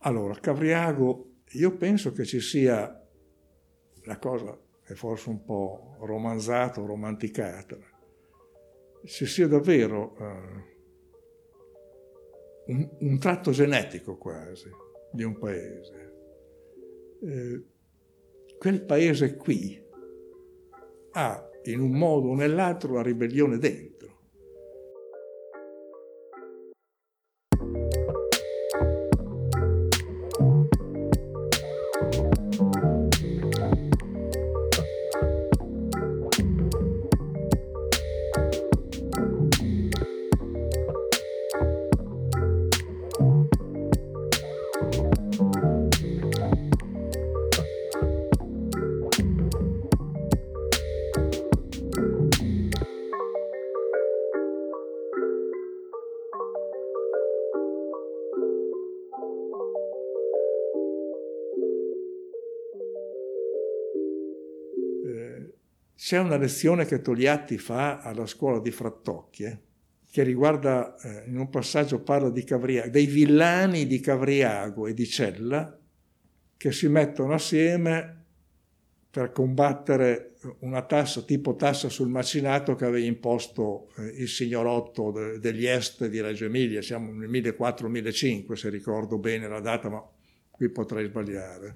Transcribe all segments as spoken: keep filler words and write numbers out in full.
Allora, Cavriago, io penso che ci sia la cosa è forse un po' romanzata o romanticata, ci sia davvero eh, un, un tratto genetico quasi di un paese. Eh, quel paese qui ha in un modo o nell'altro la ribellione dentro. C'è una lezione che Togliatti fa alla scuola di Frattocchie, che riguarda, eh, in un passaggio parla di Cavriago, dei villani di Cavriago e di Cella che si mettono assieme per combattere una tassa, tipo tassa sul macinato che aveva imposto eh, il signorotto de, degli Est di Reggio Emilia. Siamo nel millequattrocento millecinquecento, se ricordo bene la data, ma qui potrei sbagliare.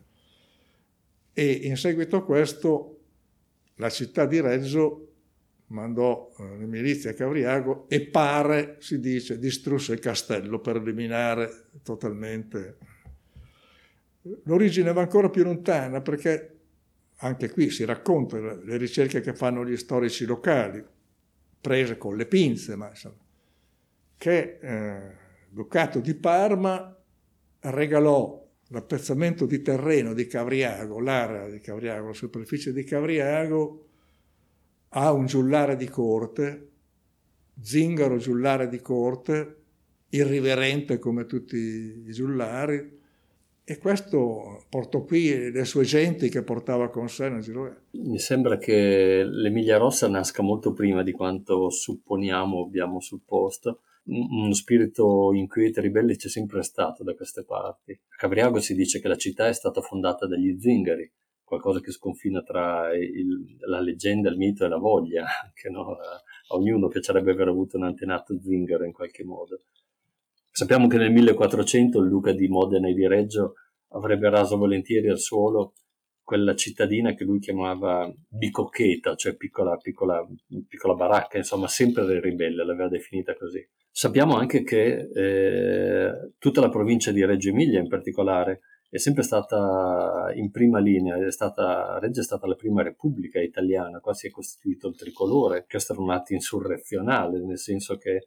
E in seguito a questo la città di Reggio mandò eh, le milizie a Cavriago e pare, si dice, distrusse il castello per eliminare totalmente. L'origine va ancora più lontana, perché anche qui si racconta le ricerche che fanno gli storici locali, prese con le pinze, ma insomma, che eh, il Ducato di Parma regalò l'appezzamento di terreno di Cavriago, l'area di Cavriago, la superficie di Cavriago, ha un giullare di corte, zingaro giullare di corte, irriverente come tutti i giullari, e questo portò qui le sue genti che portava con sé nel giro. Mi sembra che l'Emilia Rossa nasca molto prima di quanto supponiamo, abbiamo supposto. Uno spirito inquieto e ribelle c'è sempre stato da queste parti. A Cavriago si dice che la città è stata fondata dagli zingari, qualcosa che sconfina tra il, la leggenda, il mito e la voglia, che no, a, a ognuno piacerebbe aver avuto un antenato zingaro in qualche modo. Sappiamo che nel millequattrocento il duca di Modena e di Reggio avrebbe raso volentieri al suolo quella cittadina che lui chiamava bicoccheta, cioè piccola, piccola, piccola baracca, insomma sempre del ribelle, l'aveva definita così. Sappiamo anche che eh, tutta la provincia di Reggio Emilia in particolare è sempre stata in prima linea, è stata, Reggio è stata la prima repubblica italiana, qua si è costituito il tricolore, questo era un atto insurrezionale, nel senso che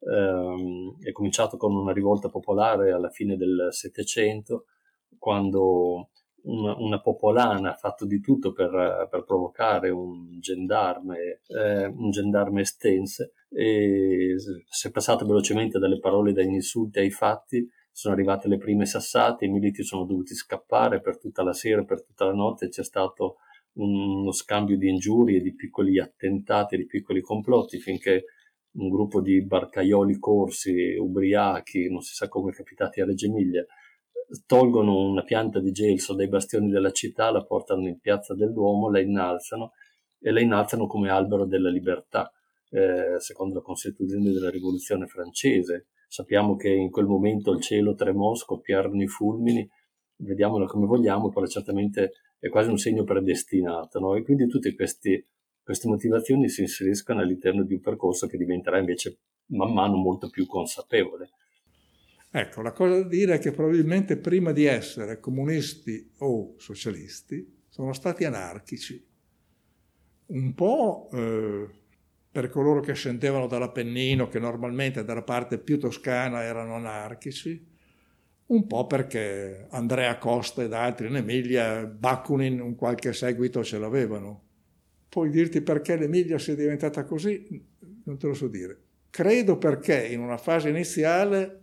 ehm, è cominciato con una rivolta popolare alla fine del Settecento, quando una, una popolana ha fatto di tutto per, per provocare un gendarme, eh, un gendarme estense, e si è passato velocemente dalle parole, dagli insulti ai fatti. Sono arrivate le prime sassate, i militi sono dovuti scappare per tutta la sera, per tutta la notte, c'è stato uno scambio di ingiurie, di piccoli attentati, di piccoli complotti, finché un gruppo di barcaioli corsi, ubriachi, non si sa come capitati a Reggio Emilia, tolgono una pianta di gelso dai bastioni della città, la portano in piazza del Duomo, la innalzano e la innalzano come albero della libertà, eh, secondo la consuetudine della rivoluzione francese. Sappiamo che in quel momento il cielo tremò, scoppiarono i fulmini, vediamolo come vogliamo, però certamente è quasi un segno predestinato, no? E quindi tutte questi, queste motivazioni si inseriscono all'interno di un percorso che diventerà invece man mano molto più consapevole. Ecco, la cosa da dire è che probabilmente prima di essere comunisti o socialisti sono stati anarchici, un po' eh, per coloro che scendevano dall'Appennino, che normalmente dalla parte più toscana erano anarchici, un po' perché Andrea Costa ed altri in Emilia, Bakunin un qualche seguito ce l'avevano. Puoi dirti perché l'Emilia sia diventata così? Non te lo so dire. Credo perché in una fase iniziale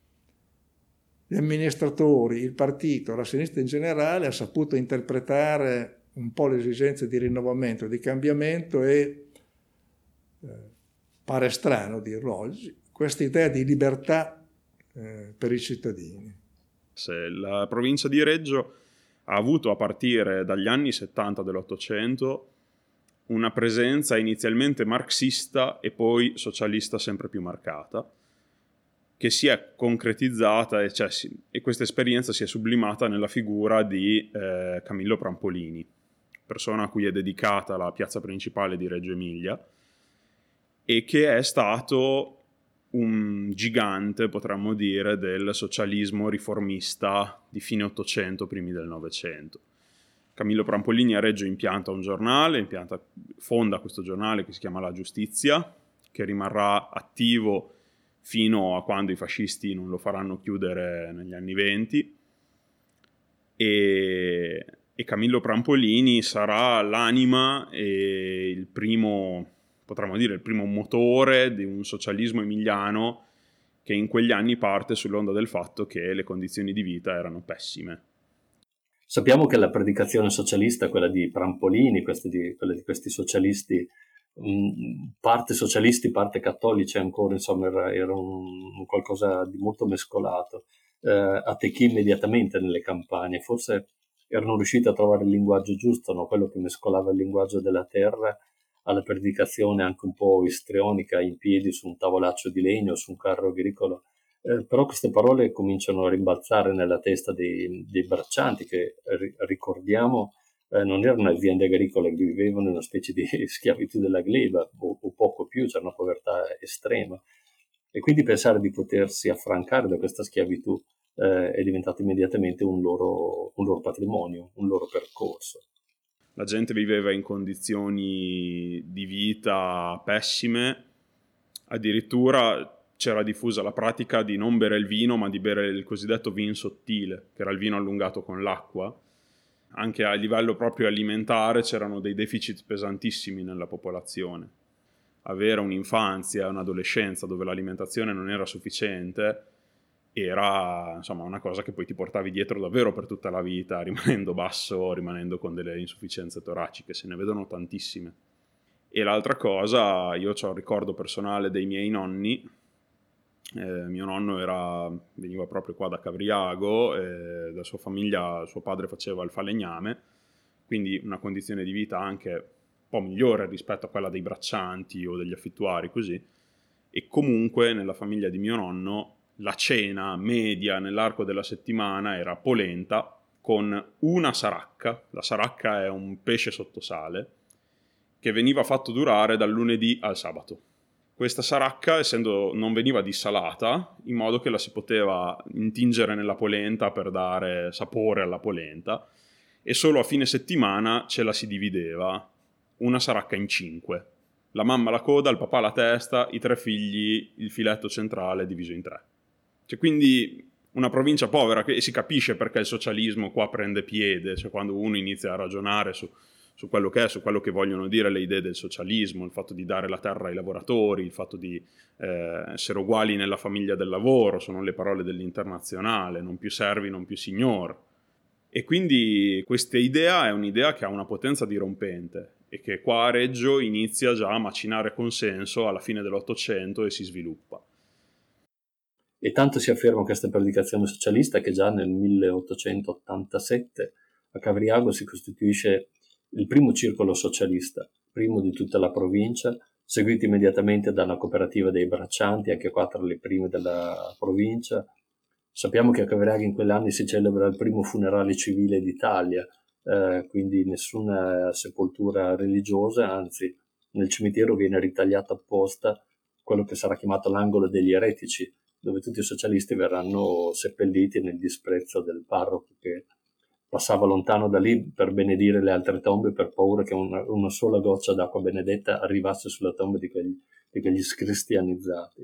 gli amministratori, il partito, la sinistra in generale ha saputo interpretare un po' le esigenze di rinnovamento, di cambiamento e, eh, pare strano dirlo oggi, questa idea di libertà eh, per i cittadini. La provincia di Reggio ha avuto a partire dagli anni settanta dell'Ottocento una presenza inizialmente marxista e poi socialista sempre più marcata, che si è concretizzata e, cioè, si, e questa esperienza si è sublimata nella figura di eh, Camillo Prampolini, persona a cui è dedicata la piazza principale di Reggio Emilia, e che è stato un gigante, potremmo dire, del socialismo riformista di fine Ottocento, primi del Novecento. Camillo Prampolini a Reggio impianta un giornale, impianta, fonda questo giornale che si chiama La Giustizia, che rimarrà attivo fino a quando i fascisti non lo faranno chiudere negli anni venti, e, e Camillo Prampolini sarà l'anima e il primo, potremmo dire, il primo motore di un socialismo emiliano che in quegli anni parte sull'onda del fatto che le condizioni di vita erano pessime. Sappiamo che la predicazione socialista, quella di Prampolini, questa di, quella di questi socialisti, mh, parte socialisti, parte cattolici ancora, insomma era, era un, un qualcosa di molto mescolato, eh, attecchì immediatamente nelle campagne, forse erano riusciti a trovare il linguaggio giusto, no? Quello che mescolava il linguaggio della terra alla predicazione anche un po' istrionica in piedi su un tavolaccio di legno, su un carro agricolo. Eh, però queste parole cominciano a rimbalzare nella testa dei, dei braccianti che, ri- ricordiamo, eh, non erano aziende agricole, vivevano in una specie di schiavitù della gleba o, o poco più, c'era una povertà estrema, e quindi pensare di potersi affrancare da questa schiavitù eh, è diventato immediatamente un loro, un loro patrimonio, un loro percorso. La gente viveva in condizioni di vita pessime, addirittura c'era diffusa la pratica di non bere il vino, ma di bere il cosiddetto vin sottile, che era il vino allungato con l'acqua. Anche a livello proprio alimentare c'erano dei deficit pesantissimi nella popolazione. Avere un'infanzia, un'adolescenza dove l'alimentazione non era sufficiente era, insomma, una cosa che poi ti portavi dietro davvero per tutta la vita, rimanendo basso, rimanendo con delle insufficienze toraciche, se ne vedono tantissime. E l'altra cosa, io ho un ricordo personale dei miei nonni. Eh, mio nonno era, veniva proprio qua da Cavriago, eh, la sua famiglia, suo padre faceva il falegname, quindi una condizione di vita anche un po' migliore rispetto a quella dei braccianti o degli affittuari, così. E comunque nella famiglia di mio nonno la cena media nell'arco della settimana era polenta con una saracca. La saracca è un pesce sottosale che veniva fatto durare dal lunedì al sabato. Questa saracca, essendo non veniva dissalata, in modo che la si poteva intingere nella polenta per dare sapore alla polenta, e solo a fine settimana ce la si divideva, una saracca in cinque. La mamma la coda, il papà la testa, i tre figli il filetto centrale diviso in tre. Cioè, quindi una provincia povera, che, e si capisce perché il socialismo qua prende piede, cioè quando uno inizia a ragionare su su quello che è, su quello che vogliono dire le idee del socialismo, il fatto di dare la terra ai lavoratori, il fatto di eh, essere uguali nella famiglia del lavoro, sono le parole dell'Internazionale, non più servi, non più signor. E quindi questa idea è un'idea che ha una potenza dirompente e che qua a Reggio inizia già a macinare consenso alla fine dell'Ottocento e si sviluppa. E tanto si afferma questa predicazione socialista che già nel milleottocentottantasette a Cavriago si costituisce il primo circolo socialista, primo di tutta la provincia, seguito immediatamente da una cooperativa dei braccianti, anche qua tra le prime della provincia. Sappiamo che a Cavriago in quegli anni si celebra il primo funerale civile d'Italia, eh, quindi nessuna sepoltura religiosa, anzi nel cimitero viene ritagliato apposta quello che sarà chiamato l'angolo degli eretici, dove tutti i socialisti verranno seppelliti nel disprezzo del parroco che passava lontano da lì per benedire le altre tombe per paura che una, una sola goccia d'acqua benedetta arrivasse sulla tomba di quegli, di quegli scristianizzati.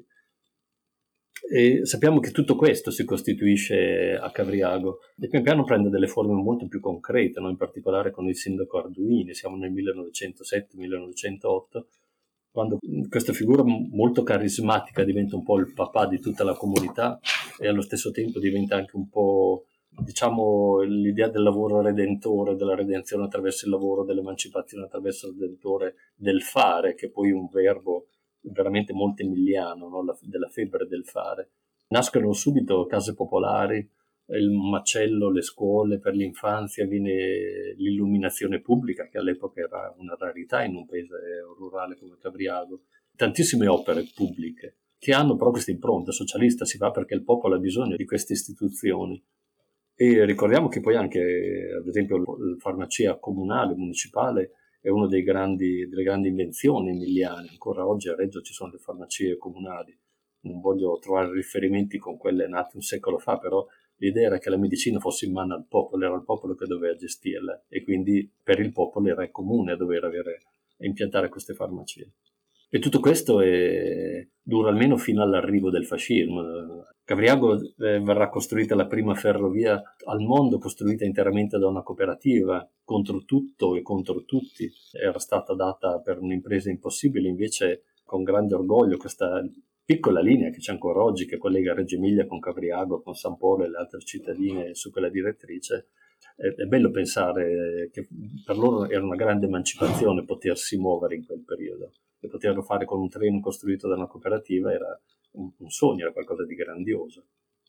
E sappiamo che tutto questo si costituisce a Cavriago e pian piano prende delle forme molto più concrete, no? In particolare con il sindaco Arduini, siamo nel millenovecentosette millenovecentotto, quando questa figura molto carismatica diventa un po' il papà di tutta la comunità e allo stesso tempo diventa anche un po', diciamo, l'idea del lavoro redentore, della redenzione attraverso il lavoro, dell'emancipazione attraverso il redentore, del fare, che è poi un verbo veramente molto emiliano, no? La, della febbre del fare. Nascono subito case popolari, il macello, le scuole per l'infanzia, viene l'illuminazione pubblica, che all'epoca era una rarità in un paese rurale come Cavriago, tantissime opere pubbliche che hanno però questa impronta socialista. Si fa perché il popolo ha bisogno di queste istituzioni. E ricordiamo che poi anche, ad esempio, la farmacia comunale, municipale, è una delle grandi invenzioni emiliane. Ancora oggi a Reggio ci sono le farmacie comunali. Non voglio trovare riferimenti con quelle nate un secolo fa, però l'idea era che la medicina fosse in mano al popolo, era il popolo che doveva gestirla, e quindi per il popolo era il comune a dover avere, a impiantare queste farmacie. E tutto questo è, dura almeno fino all'arrivo del fascismo. Cavriago eh, verrà costruita la prima ferrovia al mondo, costruita interamente da una cooperativa, contro tutto e contro tutti. Era stata data per un'impresa impossibile, invece con grande orgoglio questa piccola linea che c'è ancora oggi, che collega Reggio Emilia con Cavriago, con San Polo e le altre cittadine su quella direttrice. È, è bello pensare che per loro era una grande emancipazione potersi muovere in quel periodo, e poterlo fare con un treno costruito da una cooperativa era un, un sogno, era qualcosa di grandioso.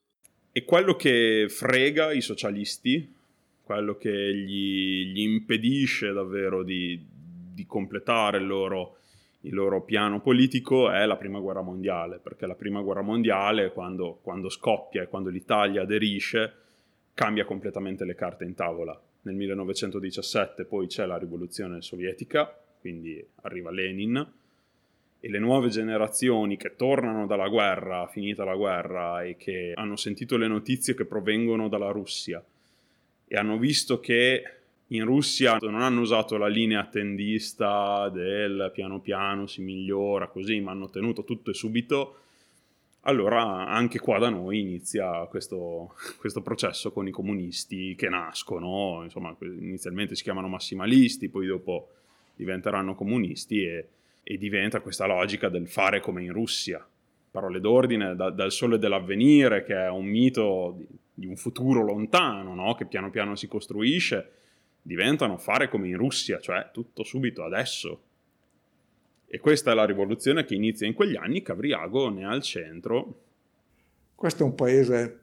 E quello che frega i socialisti, quello che gli, gli impedisce davvero di, di completare il loro, il loro piano politico, è la prima guerra mondiale, perché la prima guerra mondiale, quando, quando scoppia e quando l'Italia aderisce, cambia completamente le carte in tavola. Nel millenovecentodiciassette poi c'è la rivoluzione sovietica, quindi arriva Lenin, e le nuove generazioni che tornano dalla guerra, finita la guerra, e che hanno sentito le notizie che provengono dalla Russia e hanno visto che in Russia non hanno usato la linea attendista del piano piano si migliora così, ma hanno tenuto tutto e subito. Allora anche qua da noi inizia questo, questo processo con i comunisti che nascono, insomma inizialmente si chiamano massimalisti, poi dopo diventeranno comunisti, e, e diventa questa logica del fare come in Russia. Parole d'ordine da, dal Sole dell'Avvenire, che è un mito di, di un futuro lontano, no? Che piano piano si costruisce, diventano fare come in Russia, cioè tutto subito, adesso. E questa è la rivoluzione che inizia in quegli anni. Cavriago ne è al centro. Questo è un paese,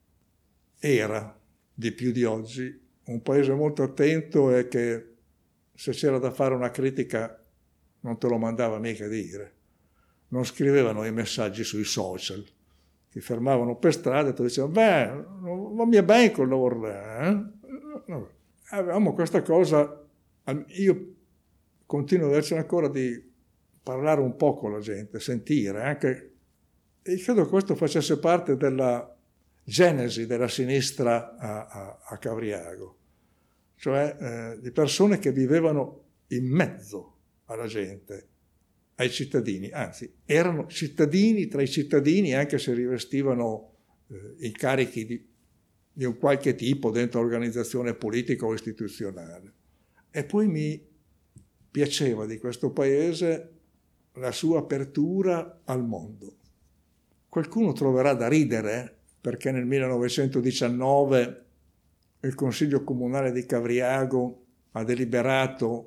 era di più di oggi, un paese molto attento, e che se c'era da fare una critica non te lo mandava mica a dire. Non scrivevano i messaggi sui social, ti fermavano per strada e ti dicevano beh, non mi è bene quel lavoro, eh? Avevamo questa cosa, io continuo ad avercene ancora, di parlare un po' con la gente, sentire anche, e credo che questo facesse parte della genesi della sinistra a, a, a Cavriago, cioè eh, di persone che vivevano in mezzo alla gente, ai cittadini, anzi erano cittadini tra i cittadini, anche se rivestivano eh, incarichi di, di un qualche tipo dentro l'organizzazione politica o istituzionale. E poi mi piaceva di questo paese la sua apertura al mondo. Qualcuno troverà da ridere perché nel millenovecentodiciannove il Consiglio Comunale di Cavriago ha deliberato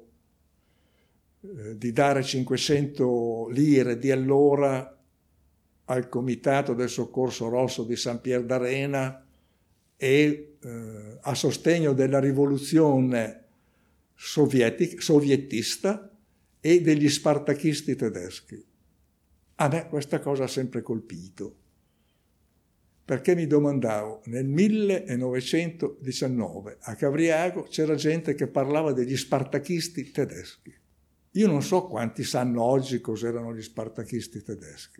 eh, di dare cinquecento lire di allora al Comitato del Soccorso Rosso di San Pier d'Arena e eh, a sostegno della rivoluzione sovietica, soviettista e degli spartachisti tedeschi. A me questa cosa ha sempre colpito, perché mi domandavo, nel millenovecentodiciannove a Cavriago c'era gente che parlava degli spartachisti tedeschi. Io non so quanti sanno oggi cos'erano gli spartachisti tedeschi.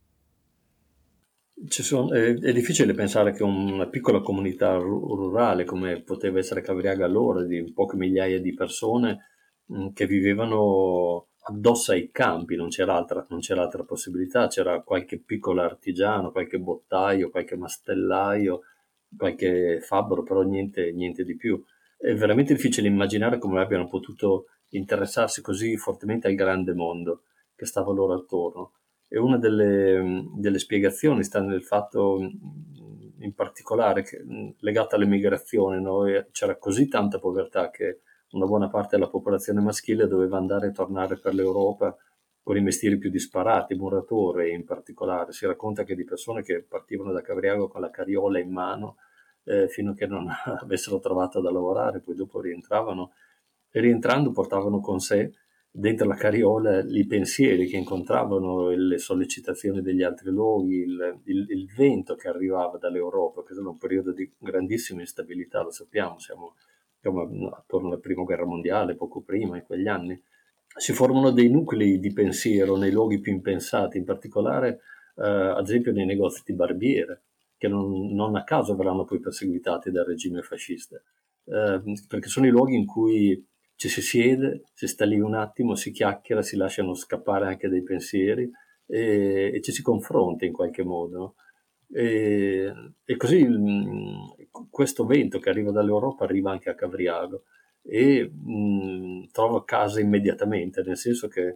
Ci sono, è, è difficile pensare che una piccola comunità rurale come poteva essere Cavriago allora, di poche migliaia di persone mh, che vivevano addosso ai campi, non c'era altra, non c'era altra possibilità, c'era qualche piccolo artigiano, qualche bottaio, qualche mastellaio, qualche fabbro, però niente, niente di più. È veramente difficile immaginare come abbiano potuto interessarsi così fortemente al grande mondo che stava loro attorno. E una delle, delle spiegazioni sta nel fatto in particolare che, legata all'emigrazione, no? C'era così tanta povertà che una buona parte della popolazione maschile doveva andare e tornare per l'Europa con i mestieri più disparati, muratore in particolare. Si racconta che di persone che partivano da Cavriago con la carriola in mano eh, fino a che non avessero trovato da lavorare, poi dopo rientravano e rientrando portavano con sé dentro la carriola i pensieri che incontravano, le sollecitazioni degli altri luoghi, il, il, il vento che arrivava dall'Europa, che era un periodo di grandissima instabilità, lo sappiamo, siamo, siamo attorno alla Prima Guerra Mondiale, poco prima, in quegli anni. Si formano dei nuclei di pensiero nei luoghi più impensati, in particolare eh, ad esempio nei negozi di barbiere, che non, non a caso verranno poi perseguitati dal regime fascista, eh, perché sono i luoghi in cui ci si siede, si sta lì un attimo, si chiacchiera, si lasciano scappare anche dei pensieri e, e ci si confronta in qualche modo, no? E, e così mh, questo vento che arriva dall'Europa arriva anche a Cavriago e mh, trova casa immediatamente, nel senso che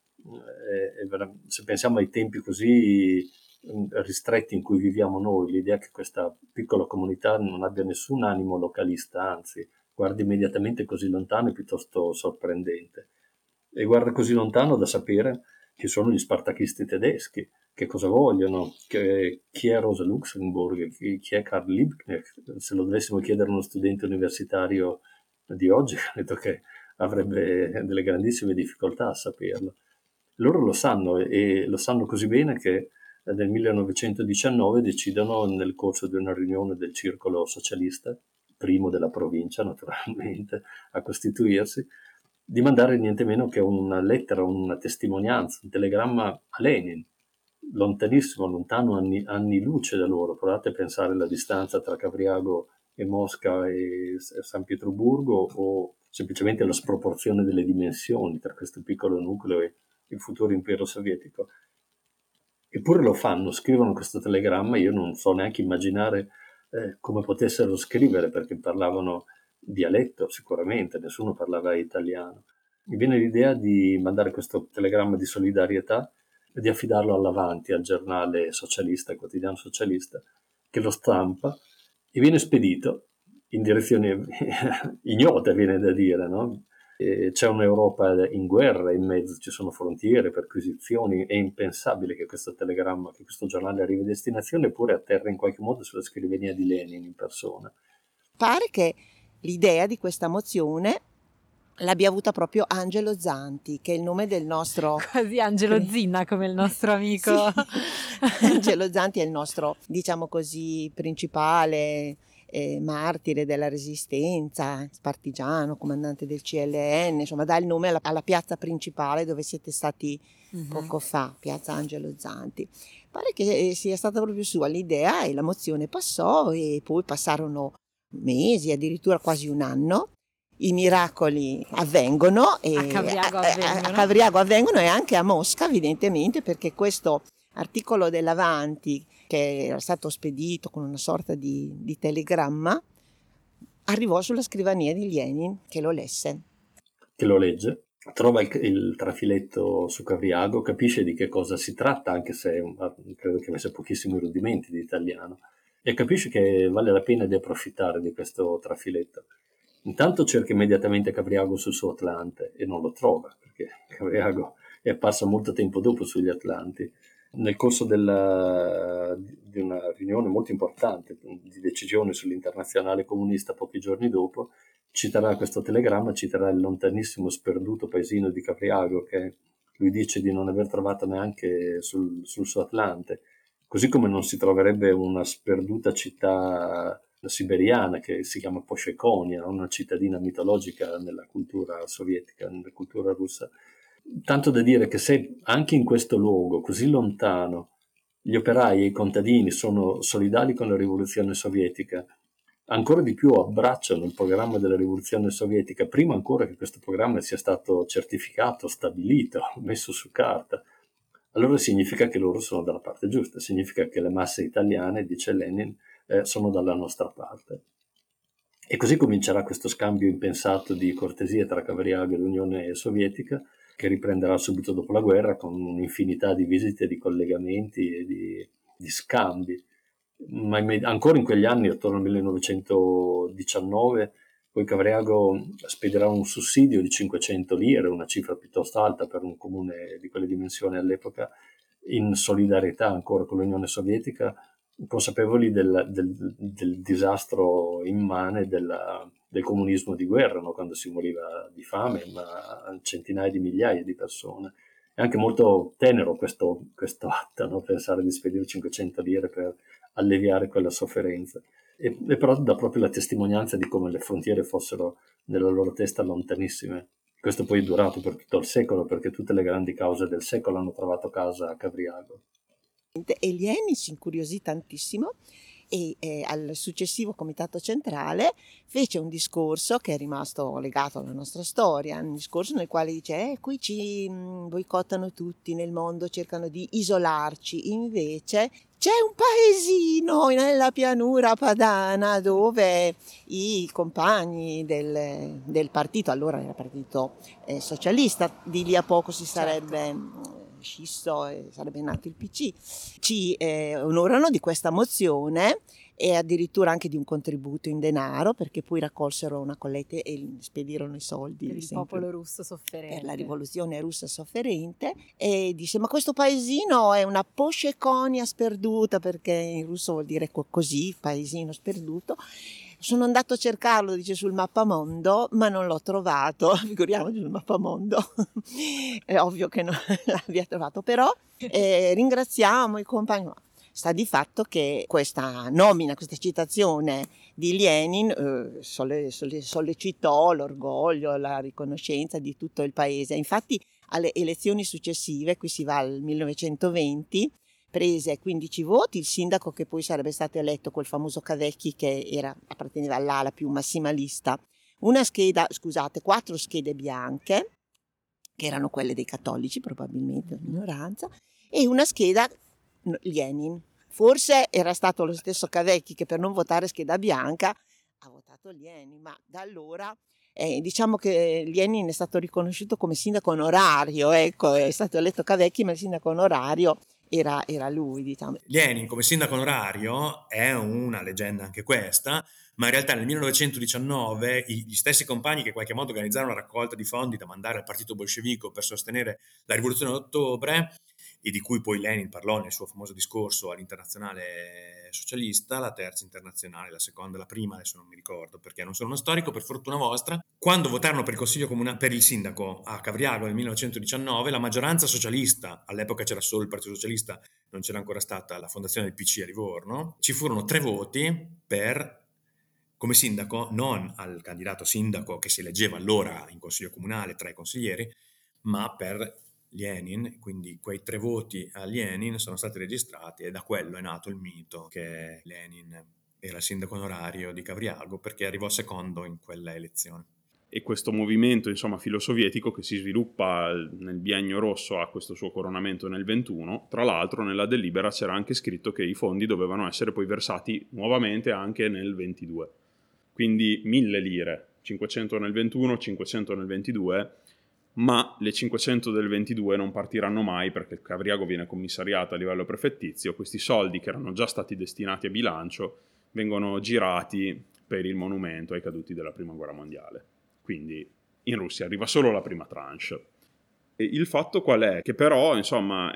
eh, è vera- se pensiamo ai tempi così mh, ristretti in cui viviamo noi, l'idea che questa piccola comunità non abbia nessun animo localista, anzi guarda immediatamente così lontano è piuttosto sorprendente. E guarda così lontano da sapere chi sono gli spartachisti tedeschi, che cosa vogliono, che, chi è Rosa Luxemburg, chi, chi è Karl Liebknecht. Se lo dovessimo chiedere a uno studente universitario di oggi, credo che avrebbe delle grandissime difficoltà a saperlo. Loro lo sanno e lo sanno così bene che nel millenovecentodiciannove decidono, nel corso di una riunione del circolo socialista, primo della provincia naturalmente, a costituirsi, di mandare niente meno che una lettera, una testimonianza, un telegramma a Lenin, lontanissimo, lontano anni, anni luce da loro. Provate a pensare alla distanza tra Cavriago e Mosca e San Pietroburgo, o semplicemente la sproporzione delle dimensioni tra questo piccolo nucleo e il futuro impero sovietico. Eppure lo fanno, scrivono questo telegramma. Io non so neanche immaginare eh, come potessero scrivere, perché parlavano dialetto sicuramente, nessuno parlava italiano. Mi viene l'idea di mandare questo telegramma di solidarietà e di affidarlo all'Avanti, al giornale socialista, al quotidiano socialista, che lo stampa e viene spedito in direzione ignota, viene da dire, no? E c'è un'Europa in guerra, in mezzo ci sono frontiere, perquisizioni, è impensabile che questo telegramma, che questo giornale arrivi a destinazione, eppure atterra in qualche modo sulla scrivania di Lenin in persona. Pare che l'idea di questa mozione l'abbia avuta proprio Angelo Zanti, che è il nome del nostro... Quasi Angelo Zinna, come il nostro amico. Sì. Angelo Zanti è il nostro, diciamo così, principale eh, martire della resistenza, partigiano, comandante del C L N, insomma dà il nome alla, alla piazza principale dove siete stati uh-huh. poco fa, piazza Angelo Zanti. Pare che sia stata proprio sua l'idea e la mozione passò e poi passarono mesi, addirittura quasi un anno. I miracoli avvengono e a Cavriago avvengono. A, a Cavriago avvengono e anche a Mosca, evidentemente, perché questo articolo dell'Avanti, che era stato spedito con una sorta di, di telegramma, arrivò sulla scrivania di Lenin, che lo lesse. Che lo legge, trova il, il trafiletto su Cavriago, capisce di che cosa si tratta, anche se credo che avesse pochissimi rudimenti di italiano, e capisce che vale la pena di approfittare di questo trafiletto. Intanto cerca immediatamente Cavriago sul suo Atlante e non lo trova, perché Cavriago è apparso molto tempo dopo sugli Atlanti. Nel corso della, di una riunione molto importante di decisione sull'internazionale comunista pochi giorni dopo, citerà questo telegramma, citerà il lontanissimo sperduto paesino di Cavriago che lui dice di non aver trovato neanche sul, sul suo Atlante, così come non si troverebbe una sperduta città siberiana che si chiama Poscekonia, una cittadina mitologica nella cultura sovietica, nella cultura russa. Tanto da dire che se anche in questo luogo così lontano gli operai e i contadini sono solidali con la rivoluzione sovietica, ancora di più abbracciano il programma della rivoluzione sovietica, prima ancora che questo programma sia stato certificato, stabilito, messo su carta, allora significa che loro sono dalla parte giusta, significa che le masse italiane, dice Lenin, eh, sono dalla nostra parte. E così comincerà questo scambio impensato di cortesie tra Cavriago e l'Unione Sovietica, che riprenderà subito dopo la guerra con un'infinità di visite, di collegamenti e di, di scambi. Ma ancora in quegli anni, attorno al millenovecentodiciannove, poi Cavriago spedirà un sussidio di cinquecento lire, una cifra piuttosto alta per un comune di quelle dimensioni all'epoca, in solidarietà ancora con l'Unione Sovietica, consapevoli del, del, del disastro immane della, del comunismo di guerra, no? Quando si moriva di fame, ma centinaia di migliaia di persone. È anche molto tenero questo, questo atto, no? Pensare di spedire cinquecento lire per alleviare quella sofferenza. E, e però dà proprio la testimonianza di come le frontiere fossero nella loro testa lontanissime. Questo poi è durato per tutto il secolo, perché tutte le grandi cause del secolo hanno trovato casa a Cavriago. E Lenin si incuriosì tantissimo e eh, al successivo comitato centrale fece un discorso che è rimasto legato alla nostra storia, un discorso nel quale dice eh, qui ci mh, boicottano tutti nel mondo, cercano di isolarci, invece c'è un paesino nella pianura padana dove i compagni del, del partito, allora era partito eh, socialista, di lì a poco si sarebbe... Certo. scisso e sarebbe nato il P C, ci eh, onorano di questa mozione e addirittura anche di un contributo in denaro, perché poi raccolsero una colletta e spedirono i soldi per il popolo russo sofferente, per la rivoluzione russa sofferente, e dice ma questo paesino è una posceconia sperduta, perché in russo vuol dire così, paesino sperduto. Sono andato a cercarlo, dice, sul mappamondo, ma non l'ho trovato. Figuriamoci sul mappamondo. È ovvio che non l'abbia trovato, però eh, ringraziamo i compagni. Sta di fatto che questa nomina, questa citazione di Lenin eh, solle, solle, sollecitò l'orgoglio, la riconoscenza di tutto il paese. Infatti alle elezioni successive, qui si va al millenovecentoventi, prese quindici voti, il sindaco che poi sarebbe stato eletto, quel famoso Cavecchi che era, apparteneva all'ala più massimalista, una scheda, scusate, quattro schede bianche, che erano quelle dei cattolici probabilmente, minoranza, e una scheda Lenin. Forse era stato lo stesso Cavecchi che per non votare scheda bianca ha votato Lenin, ma da allora... Eh, diciamo che Lenin è stato riconosciuto come sindaco onorario, ecco, è stato eletto Cavecchi, ma il sindaco onorario era, era lui, diciamo. Lenin come sindaco onorario è una leggenda anche questa, ma in realtà nel millenovecentodiciannove gli stessi compagni che in qualche modo organizzarono una raccolta di fondi da mandare al partito bolscevico per sostenere la rivoluzione d'ottobre, e di cui poi Lenin parlò nel suo famoso discorso all'internazionale socialista, la terza internazionale, la seconda, la prima, adesso non mi ricordo perché non sono uno storico, per fortuna vostra, quando votarono per il consiglio comunale, per il sindaco a Cavriago nel millenovecentodiciannove, la maggioranza socialista, all'epoca c'era solo il Partito Socialista, non c'era ancora stata la fondazione del P C a Livorno, ci furono tre voti per come sindaco, non al candidato sindaco che si eleggeva allora in consiglio comunale tra i consiglieri, ma per Lenin, quindi quei tre voti a Lenin sono stati registrati e da quello è nato il mito che Lenin era il sindaco onorario di Cavriago perché arrivò secondo in quella elezione. E questo movimento, insomma, filosovietico che si sviluppa nel biennio rosso ha questo suo coronamento nel ventuno. Tra l'altro nella delibera c'era anche scritto che i fondi dovevano essere poi versati nuovamente anche nel ventidue. Quindi mille lire, cinquecento nel ventuno, cinquecento nel ventidue, ma le cinquecento del ventidue non partiranno mai perché il Cavriago viene commissariato a livello prefettizio. Questi soldi che erano già stati destinati a bilancio vengono girati per il monumento ai caduti della Prima Guerra Mondiale. Quindi in Russia arriva solo la prima tranche. E il fatto qual è? Che però, insomma,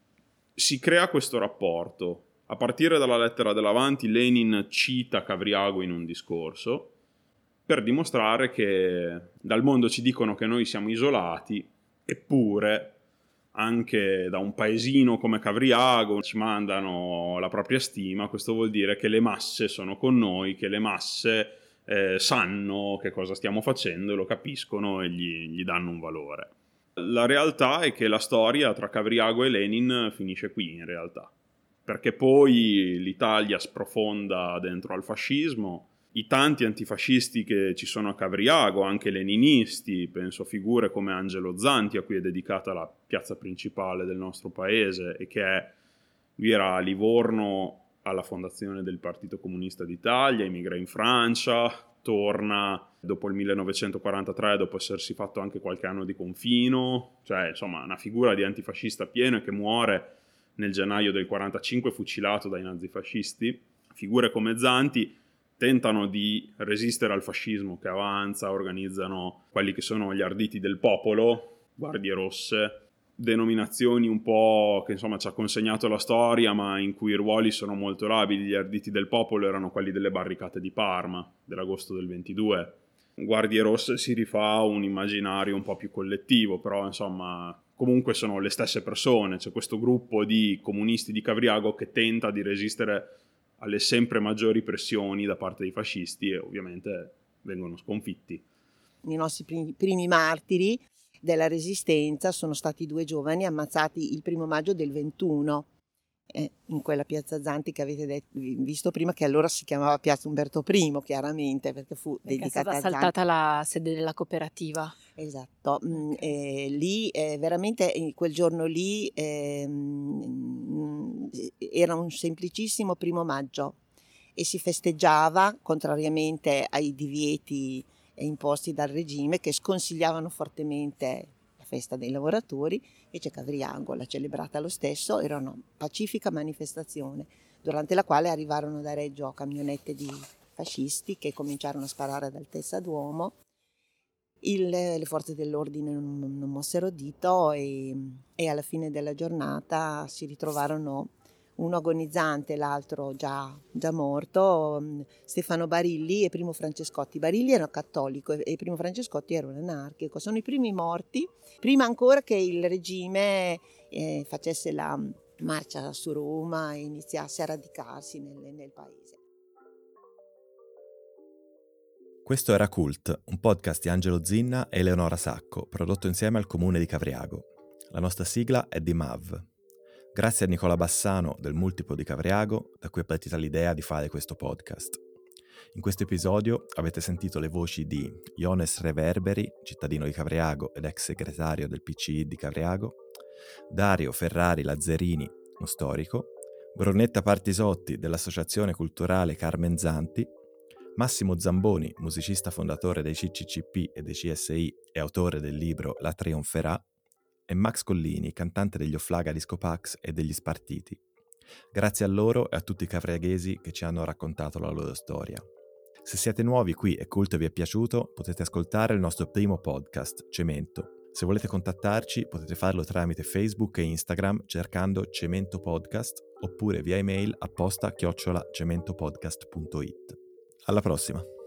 si crea questo rapporto. A partire dalla lettera dell'Avanti, Lenin cita Cavriago in un discorso per dimostrare che dal mondo ci dicono che noi siamo isolati, eppure anche da un paesino come Cavriago ci mandano la propria stima. Questo vuol dire che le masse sono con noi, che le masse eh, sanno che cosa stiamo facendo, lo capiscono e gli, gli danno un valore. La realtà è che la storia tra Cavriago e Lenin finisce qui in realtà, perché poi l'Italia sprofonda dentro al fascismo. I tanti antifascisti che ci sono a Cavriago, anche leninisti, penso a figure come Angelo Zanti, a cui è dedicata la piazza principale del nostro paese, e che è, lui era a Livorno alla fondazione del Partito Comunista d'Italia, emigra in Francia, torna dopo il millenovecentoquarantatré, dopo essersi fatto anche qualche anno di confino, cioè insomma una figura di antifascista pieno, e che muore nel gennaio del quarantacinque fucilato dai nazifascisti. Figure come Zanti tentano di resistere al fascismo che avanza, organizzano quelli che sono gli arditi del popolo, guardie rosse, denominazioni un po' che insomma ci ha consegnato la storia, ma in cui i ruoli sono molto labili. Gli arditi del popolo erano quelli delle barricate di Parma dell'agosto del ventidue. Guardie Rosse si rifà a un immaginario un po' più collettivo, però insomma comunque sono le stesse persone. C'è questo gruppo di comunisti di Cavriago che tenta di resistere alle sempre maggiori pressioni da parte dei fascisti e ovviamente vengono sconfitti. I nostri primi, primi martiri della Resistenza sono stati due giovani ammazzati il primo maggio del ventuno eh, in quella piazza Zanti che avete detto, visto prima, che allora si chiamava piazza Umberto I, chiaramente, perché fu perché dedicata è stata a saltata la sede della cooperativa. Esatto, okay. eh, lì eh, veramente quel giorno lì eh, era un semplicissimo primo maggio e si festeggiava, contrariamente ai divieti imposti dal regime che sconsigliavano fortemente la festa dei lavoratori, e c'è Cavriago l'ha celebrata lo stesso. Era una pacifica manifestazione durante la quale arrivarono da Reggio camionette di fascisti che cominciarono a sparare ad altezza d'uomo. Il, le forze dell'ordine non, non mossero dito e, e alla fine della giornata si ritrovarono uno agonizzante, l'altro già, già morto, Stefano Barilli e Primo Francescotti. Barilli era cattolico e Primo Francescotti era un anarchico. Sono i primi morti, prima ancora che il regime eh, facesse la marcia su Roma e iniziasse a radicarsi nel, nel paese. Questo era Cult, un podcast di Angelo Zinna e Eleonora Sacco, prodotto insieme al comune di Cavriago. La nostra sigla è di M A V. Grazie a Nicola Bassano del Multiplo di Cavriago, da cui è partita l'idea di fare questo podcast. In questo episodio avete sentito le voci di Jones Reverberi, cittadino di Cavriago ed ex segretario del P C I di Cavriago, Dario Ferrari Lazzarini, uno storico, Brunetta Partisotti dell'Associazione Culturale Carmen Zanti, Massimo Zamboni, musicista fondatore dei C C C P e dei C S I e autore del libro La Trionferà, e Max Collini, cantante degli Offlaga Disco Pax e degli Spartiti. Grazie a loro e a tutti i cavriaghesi che ci hanno raccontato la loro storia. Se siete nuovi qui e Cult vi è piaciuto, potete ascoltare il nostro primo podcast, Cemento. Se volete contattarci, potete farlo tramite Facebook e Instagram cercando Cemento Podcast oppure via email a posta chiocciola cementopodcast punto it. Alla prossima!